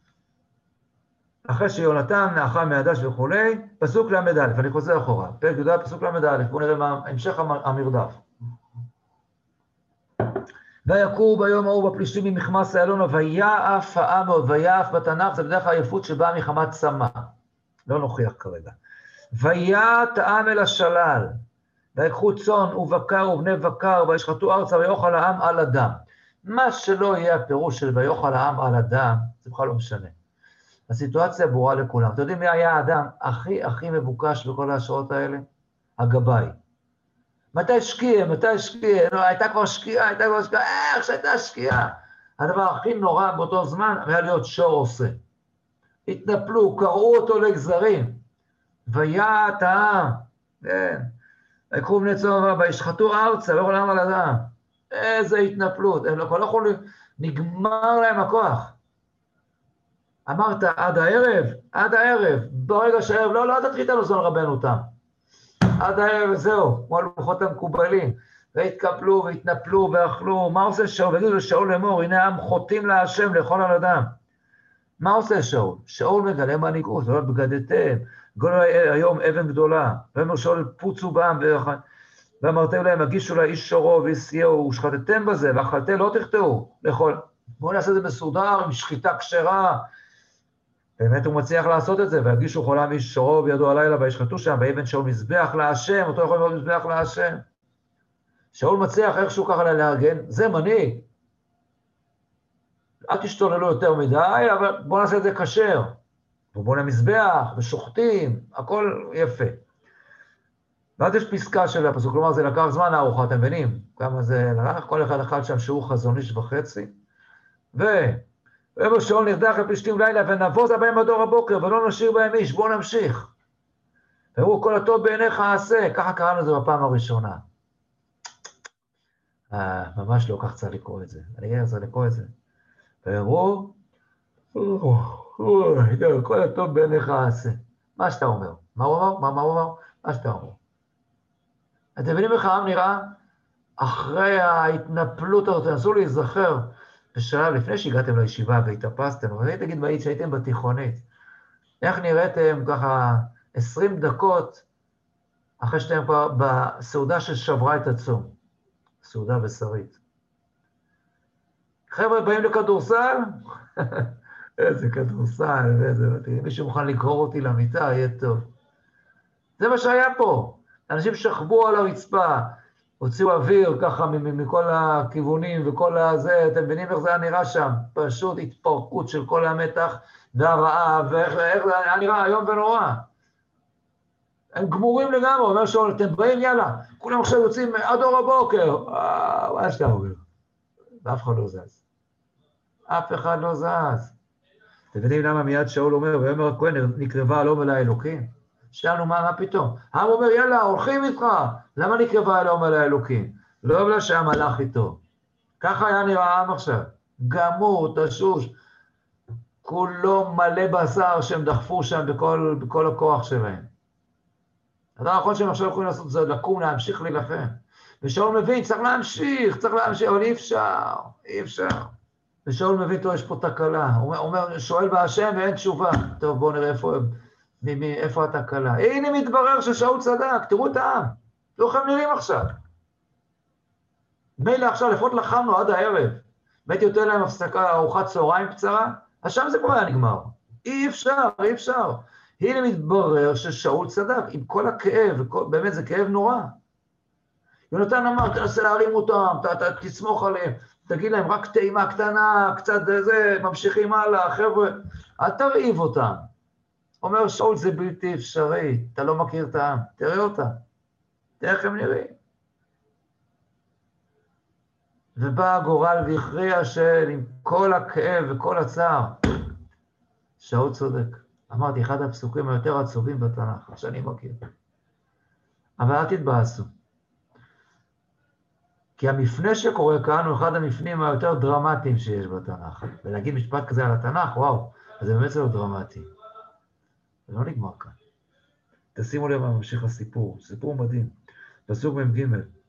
אחרי שיונתן נאכל מהדש וכולי, פסוק למד א', אני חוזר אחורה, פרק י"ד, פסוק למד א', בואו נראה מה המשך המרדף. ויקור ביום ההוא בפלישתים ממכמס האלון, ויעף העם מאוד, ויעף בתנ"ך, זה בדרך כלל עייפות שבאה מחמת צמא. לא נוכיח כרגע. ויעט העם אל השלל, ויקחו צאן ובקר ובני בקר, וישחטו ארצה, ויאכל העם על הדם. מה שלא יהיה הפירוש של ויאכל העם על הדם, זה בכלל לא משנה. הסיטואציה ברורה לכולם. אתם יודעים מי היה האדם הכי הכי מבוקש בכל השעות האלה? הגבאי. מתי השקיע? מתי השקיע? לא, הייתה כבר שקיעה, הייתה כבר שקיעה, איך שהייתה שקיעה. הדבר הכי נורא באותו זמן היה להיות שור עושה. התנפלו, קראו אותו לגזרים. ויעט העם, כן. ויקחו בני צאן וישחטו ארצה, ויאכל העם על הדם. איזה התנפלות, הם לא יכולים, נגמר להם הכוח. אמרת, עד הערב, עד הערב, ברגע שהערב, לא, לא, אל תתחיל איתנו זמן רבנו אותם. עד הערב, זהו, כמו הלוחות המקובלים, והתקפלו והתנפלו ואכלו. מה עושה שאול? ויגידו לשאול לאמור, הנה העם חוטאים להשם לאכול על הדם. מה עושה שאול? שאול מגלה מנהיגות, לא בגדתם, גולו היום אבן גדולה, ואומר שאול פוצו בעם, ואמרתם להם, הגישו לה איש שורו ויסיעו, ושחטתם בזה, ואכלתם לא תחטאו לאכול. בואו נעשה את זה מסודר, עם שחיטה כשרה. באמת הוא מצליח לעשות את זה, והגישו חולם איש שורו בידו הלילה, וישחטו שם, ואבן שאול מזבח להשם, אותו יכול להיות מזבח להשם. שאול מצליח איכשהו ככה לארגן, זה מנהיג. אל תשתוללו יותר מדי, אבל בואו נעשה את זה כשר. ובואו למזבח, ושוחטים, הכל יפה. ואז יש פסקה של הפסוק, כלומר זה לקח זמן הארוחה, אתם מבינים? כמה זה לקח, כל אחד אחד שם שהוא חזון איש וחצי. ו... ואמר שאול נרדף לפלישתים לילה, ונבוז בהם עד אור הבוקר, ולא נשאיר בהם איש, בואו נמשיך. ואמרו, כל הטוב בעיניך עשה, ככה קראנו את זה בפעם הראשונה. אה, ממש לא כך צריך לקרוא את זה, אני אגיד צריך לקרוא את זה. ואמרו, כל הטוב בעיניך עשה. מה שאתה אומר? מה הוא אמר? מה, מה הוא אמר? מה שאתה אומר. אתם מבינים איך העם נראה? אחרי ההתנפלות הזאת, תנסו להיזכר, בשלב לפני שהגעתם לישיבה והתאפסתם, אבל תגיד בעית שהייתם בתיכונית, איך נראיתם ככה עשרים דקות אחרי שאתם כבר בסעודה ששברה את הצום, סעודה בשרית. חבר'ה באים לכדורסל, איזה כדורסל, ואיזה, מישהו מוכן לקרוא אותי למיטה, יהיה טוב. זה מה שהיה פה, אנשים שכבו על הרצפה, הוציאו אוויר ככה מכל הכיוונים וכל הזה, אתם מבינים איך זה היה נראה שם, פשוט התפרקות של כל המתח והרעב, ואיך זה היה נראה היום ונורא. הם גמורים לגמרי, אומר שאול, אתם באים יאללה, כולם עכשיו יוצאים עד אור הבוקר, אה, מה שאתה אומר? ואף אחד לא זז. אף אחד לא זז. אתם מבינים למה מיד שאול אומר, ואומר הכהן, נקרבה אלום אל האלוקים? שאלנו מה, מה פתאום? העם אומר, יאללה, הולכים איתך. למה נקרבה אלום אל האלוקים? לא בגלל שהעם הלך איתו. ככה היה נראה העם עכשיו. גמור, תשוש, כולו מלא בשר שהם דחפו שם בכל, בכל הכוח שלהם. הדבר האחרון שהם עכשיו יכולים לעשות זה לקום, להמשיך להילחם. ושאול מבין, צריך להמשיך, צריך להמשיך, אבל אי אפשר, אי אפשר. ושאול מבין, טוב, יש פה תקלה. הוא אומר, שואל בהשם ואין תשובה. טוב, בואו נראה איפה, איפה התקלה. הנה מתברר ששאול צדק, תראו את העם. תראו איך הם נראים עכשיו. מילא עכשיו, לפחות לחמנו עד הערב. הייתי יותר להם הפסקה, ארוחת צהריים קצרה, אז שם זה כבר היה נגמר. אי אפשר, אי אפשר. הנה מתברר ששאול צדק, עם כל הכאב, וכל, באמת זה כאב נורא. יונתן אמר, תנסה להרים אותם, ת, ת, תסמוך עליהם, תגיד להם, רק טעימה קטנה, קצת זה, ממשיכים הלאה, חבר'ה, אל תרעיב אותם. אומר שאול, זה בלתי אפשרי, אתה לא מכיר את העם, תראה אותם, תראה איך הם נראים. ובא הגורל והכריע שעם כל הכאב וכל הצער, שאול צודק. אמרתי, אחד הפסוקים היותר עצובים בתנ"ך, שאני מכיר. אבל אל תתבאסו. כי המפנה שקורה כאן הוא אחד המפנים היותר דרמטיים שיש בתנ"ך. ולהגיד משפט כזה על התנ"ך, וואו, זה באמת לא דרמטי. זה לא נגמר כאן. תשימו לב מה ממשיך הסיפור, סיפור מדהים. פסוק מ"ג.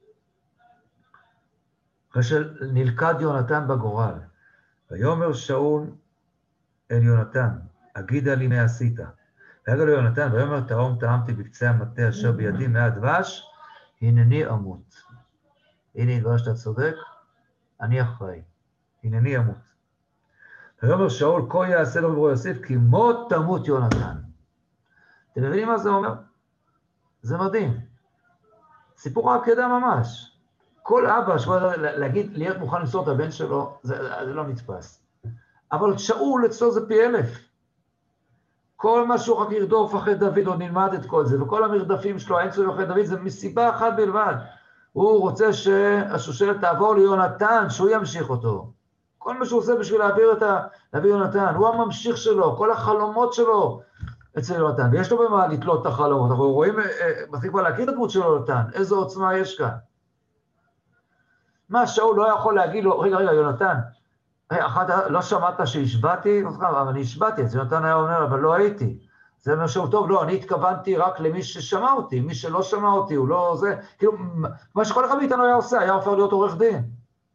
אחרי שנלכד יונתן בגורל, ויאמר שאול אל יונתן, אגידה לי מה עשית. ויגע לו יונתן, ויאמר תהום טעמתי בקצה המטה אשר בידי מהדבש, הנני אמות. הנה התברר שאתה צודק, אני אחראי, הנני אמות. ויאמר שאול, כה יעשה לו בבוא יוסיף, כי מות תמות יונתן. אתם מבינים מה זה אומר? זה מדהים. סיפור העקדה ממש. כל אבא שיכול להגיד, להיות מוכן למסור את הבן שלו, זה, זה לא נתפס. אבל שאול אצלו זה פי אלף. כל מה שהוא רק ירדוף אחרי דוד, הוא נלמד את כל זה, וכל המרדפים שלו, האינסוף אחרי דוד, זה מסיבה אחת בלבד. הוא רוצה שהשושלת תעבור ליונתן, שהוא ימשיך אותו. כל מה שהוא עושה בשביל להעביר את ה... להעביר יונתן, הוא הממשיך שלו, כל החלומות שלו אצל יונתן, ויש לו במה לתלות את החלומות. אנחנו רואים, מתחיל כבר להכיר את הדמות של יונתן, איזו עוצמה יש כאן. מה, שאול לא יכול להגיד לו, רגע, רגע, יונתן, אחת, לא שמעת שהשבעתי? אבל אני השבעתי, אז יונתן היה אומר, אבל לא הייתי. זה אומר שהוא טוב, לא, אני התכוונתי רק למי ששמע אותי, מי שלא שמע אותי, הוא לא זה, כאילו, מה שכל אחד מאיתנו היה עושה, היה הופך להיות עורך דין.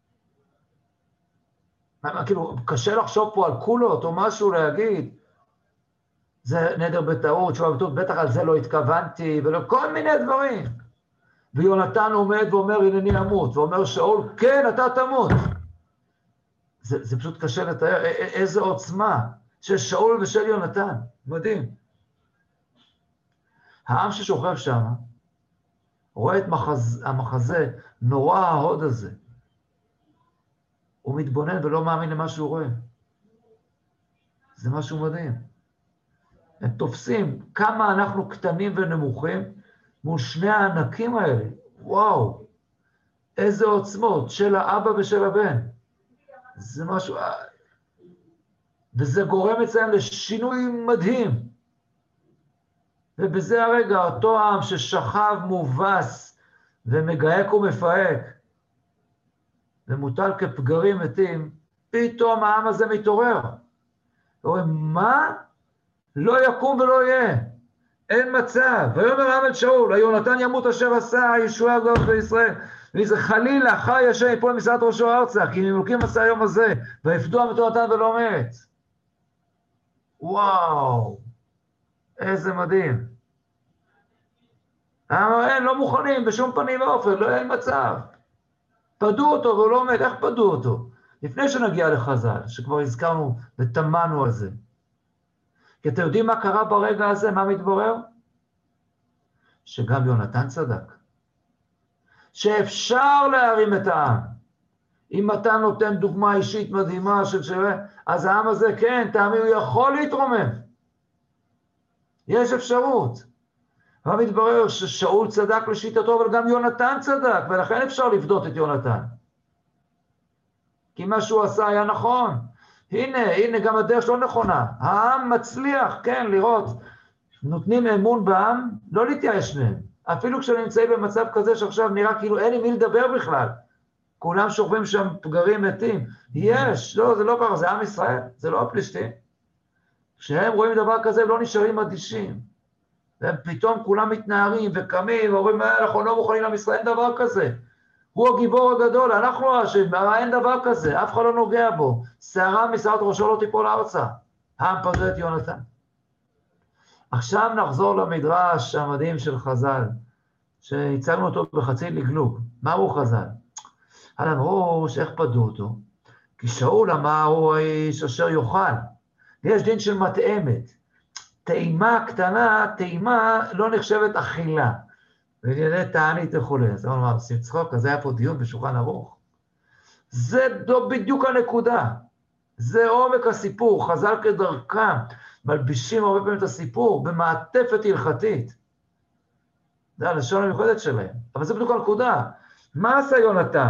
כאילו, קשה לחשוב פה על קולות או משהו להגיד, זה נדר בטעות, שהוא בטעות, בטח על זה לא התכוונתי, ולא כל מיני דברים. ויונתן עומד ואומר, הנני אמות, ואומר שאול, כן, אתה תמות. זה, זה פשוט קשה לתאר, איזו עוצמה של שאול ושל יונתן, מדהים. העם ששוכב שם, רואה את מחז, המחזה, נורא ההוד הזה. הוא מתבונן ולא מאמין למה שהוא רואה. זה משהו מדהים. הם תופסים כמה אנחנו קטנים ונמוכים מול שני הענקים האלה. וואו, איזה עוצמות של האבא ושל הבן. זה משהו... וזה גורם אצלם לשינוי מדהים. ובזה הרגע, אותו עם ששכב מובס ומגייק ומפהק, ומוטל כפגרים מתים, פתאום העם הזה מתעורר. ואומרים, מה? לא יקום ולא יהיה. אין מצב. ויאמר העם אל שאול, היונתן ימות אשר עשה, ישועה גדול בישראל. וזה חלילה, חי השם יפול משאת ראשו ארצה, כי ממלוכים עשה היום הזה, ויפדו עם את יונתן ולא מת. וואו, איזה מדהים. אמר, אין, לא מוכנים, בשום פנים ואופן, לא אין מצב. פדו אותו והוא לא מת, איך פדו אותו? לפני שנגיע לחז"ל, שכבר הזכרנו ותמנו על זה. כי אתם יודעים מה קרה ברגע הזה, מה מתברר? שגם יונתן צדק. שאפשר להרים את העם. אם אתה נותן דוגמה אישית מדהימה של שווה, אז העם הזה כן, תאמין, הוא יכול להתרומם. יש אפשרות. מה מתברר? ששאול צדק לשיטתו, אבל גם יונתן צדק, ולכן אפשר לפדות את יונתן. כי מה שהוא עשה היה נכון. הנה, הנה גם הדרך שלו נכונה. העם מצליח, כן, לראות. נותנים אמון בעם, לא להתייאש מהם. אפילו כשנמצאים במצב כזה שעכשיו נראה כאילו אין עם מי לדבר בכלל. כולם שוכבים שם פגרים מתים. יש, לא, זה לא ככה, זה עם ישראל, זה לא הפלישתים. כשהם רואים דבר כזה, הם לא נשארים אדישים. והם פתאום כולם מתנערים וקמים, ואומרים, אנחנו לא מוכנים עם ישראל, אין דבר כזה. הוא הגיבור הגדול, אנחנו לא אשמים, אין דבר כזה, אף אחד לא נוגע בו. שערה משערת ראשו לא תיפול ארצה. העם פדה את יונתן. עכשיו נחזור למדרש המדהים של חז"ל, שהצגנו אותו בחצי לגלוג. מה הוא חז"ל? אמרו שאיך פדו אותו? כי שאול אמר, הוא האיש אשר יאכל. ויש דין של מטעמת. טעימה קטנה, טעימה לא נחשבת אכילה. וענייני תענית וכו'. אז אמרנו, עושים צחוק, אז היה פה דיון בשולחן ערוך. זה לא בדיוק הנקודה. זה עומק הסיפור. חז"ל כדרכם מלבישים הרבה פעמים את הסיפור במעטפת הלכתית. זה הלשון המיוחדת שלהם. אבל זה בדיוק הנקודה. מה עשה יונתן?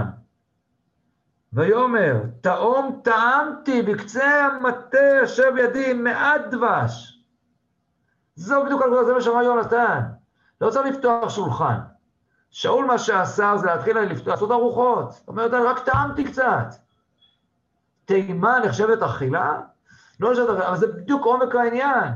ויאמר, תאום טעמתי בקצה המטה יושב ידי מעט דבש. זו בדיוק הנקודה, זה מה שאמר יונתן. לא צריך לפתוח שולחן. שאול מה שעשה זה להתחיל לפתוח, לעשות ארוחות. זאת אומרת, רק טעמתי קצת. טעימה נחשבת אכילה? לא נחשבת אכילה, אבל זה בדיוק עומק העניין.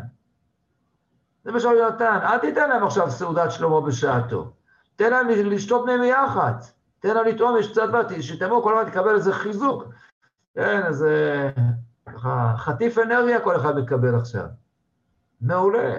זה מה שאמר יונתן. אל תיתן להם עכשיו סעודת שלמה בשעתו. תן להם לשתות מהם יחד. תן להם לטעום, יש קצת באתי, שתאמו כל אחד תקבל איזה חיזוק. כן, איזה חטיף אנרגיה כל אחד מקבל עכשיו. מעולה.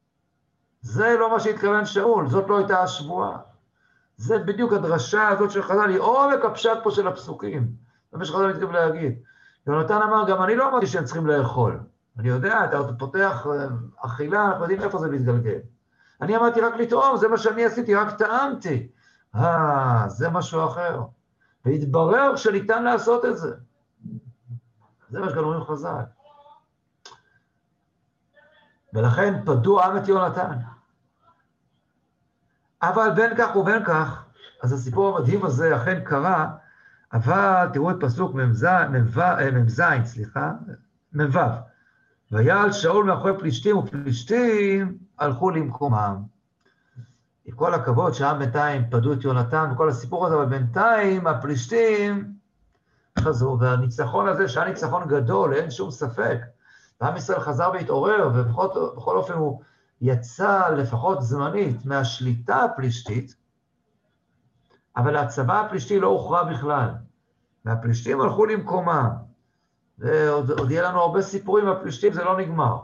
זה לא מה שהתכוון שאול, זאת לא הייתה השבועה. זה בדיוק הדרשה הזאת של חז"ל, היא עומק הפשט פה של הפסוקים. זה מה שחז"ל מתכוון להגיד. יונתן אמר, גם אני לא אמרתי שהם צריכים לאכול. אני יודע, אתה פותח אכילה, אנחנו יודעים איפה זה מתגלגל. אני אמרתי רק לטעום, זה מה שאני עשיתי, רק טעמתי. אה, זה משהו אחר. והתברר שניתן לעשות את זה. זה מה שכאן אומרים חז"ל. ולכן פדו עם את יונתן. אבל בין כך ובין כך, אז הסיפור המדהים הזה אכן קרה, אבל תראו את פסוק ממ"ז, סליחה, מ"ו. ויעל שאול מאחורי פלישתים, ופלישתים הלכו למקומם. עם כל הכבוד שהעם בינתיים פדו את יונתן וכל הסיפור הזה, אבל בינתיים הפלישתים חזרו, והניצחון הזה, שהיה ניצחון גדול, אין שום ספק, ועם ישראל חזר והתעורר, ובכל אופן הוא יצא לפחות זמנית מהשליטה הפלישתית, אבל הצבא הפלישתי לא הוכרע בכלל, והפלישתים הלכו למקומם, ועוד עוד יהיה לנו הרבה סיפורים, הפלישתים זה לא נגמר.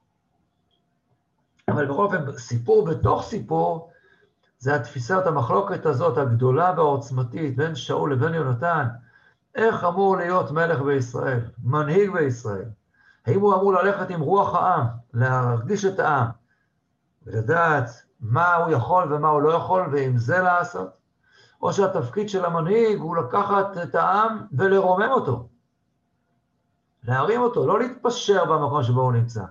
אבל בכל אופן, סיפור בתוך סיפור, זה התפיסת המחלוקת הזאת הגדולה והעוצמתית בין שאול לבין יונתן, איך אמור להיות מלך בישראל, מנהיג בישראל, האם הוא אמור ללכת עם רוח העם, להרגיש את העם, ולדעת מה הוא יכול ומה הוא לא יכול, ועם זה לעשות, או שהתפקיד של המנהיג הוא לקחת את העם ולרומם אותו, להרים אותו, לא להתפשר במקום שבו הוא נמצא.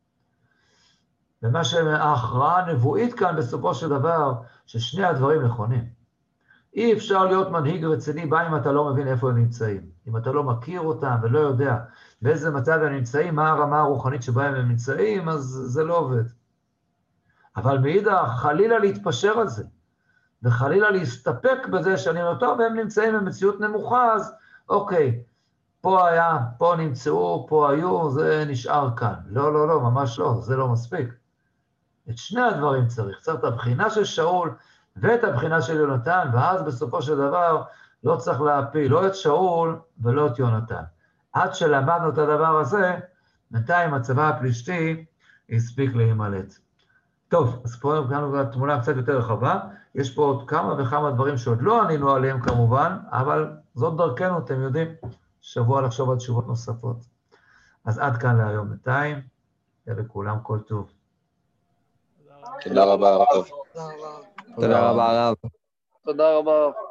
ומה שההכרעה הנבואית כאן בסופו של דבר, ששני הדברים נכונים. אי אפשר להיות מנהיג רציני בה אם אתה לא מבין איפה הם נמצאים. אם אתה לא מכיר אותם ולא יודע באיזה מצב הם נמצאים, מה הרמה הרוחנית שבה הם נמצאים, אז זה לא עובד. אבל מאידך, חלילה להתפשר על זה, וחלילה להסתפק בזה שאני אומר, טוב, הם נמצאים במציאות נמוכה, אז אוקיי, פה היה, פה נמצאו, פה היו, זה נשאר כאן. לא, לא, לא, ממש לא, זה לא מספיק. את שני הדברים צריך, צריך את הבחינה של שאול ואת הבחינה של יונתן, ואז בסופו של דבר לא צריך להפיל, לא את שאול ולא את יונתן. עד שלמדנו את הדבר הזה, בינתיים הצבא הפלישתי הספיק להימלט. טוב, אז פה הגענו לתמונה קצת יותר רחבה, יש פה עוד כמה וכמה דברים שעוד לא ענינו עליהם כמובן, אבל זאת דרכנו, אתם יודעים, שבוע לחשוב על תשובות נוספות. אז עד כאן להיום בינתיים, ולכולם כל טוב. תודה רבה הרב. תודה רבה הרב. תודה רבה.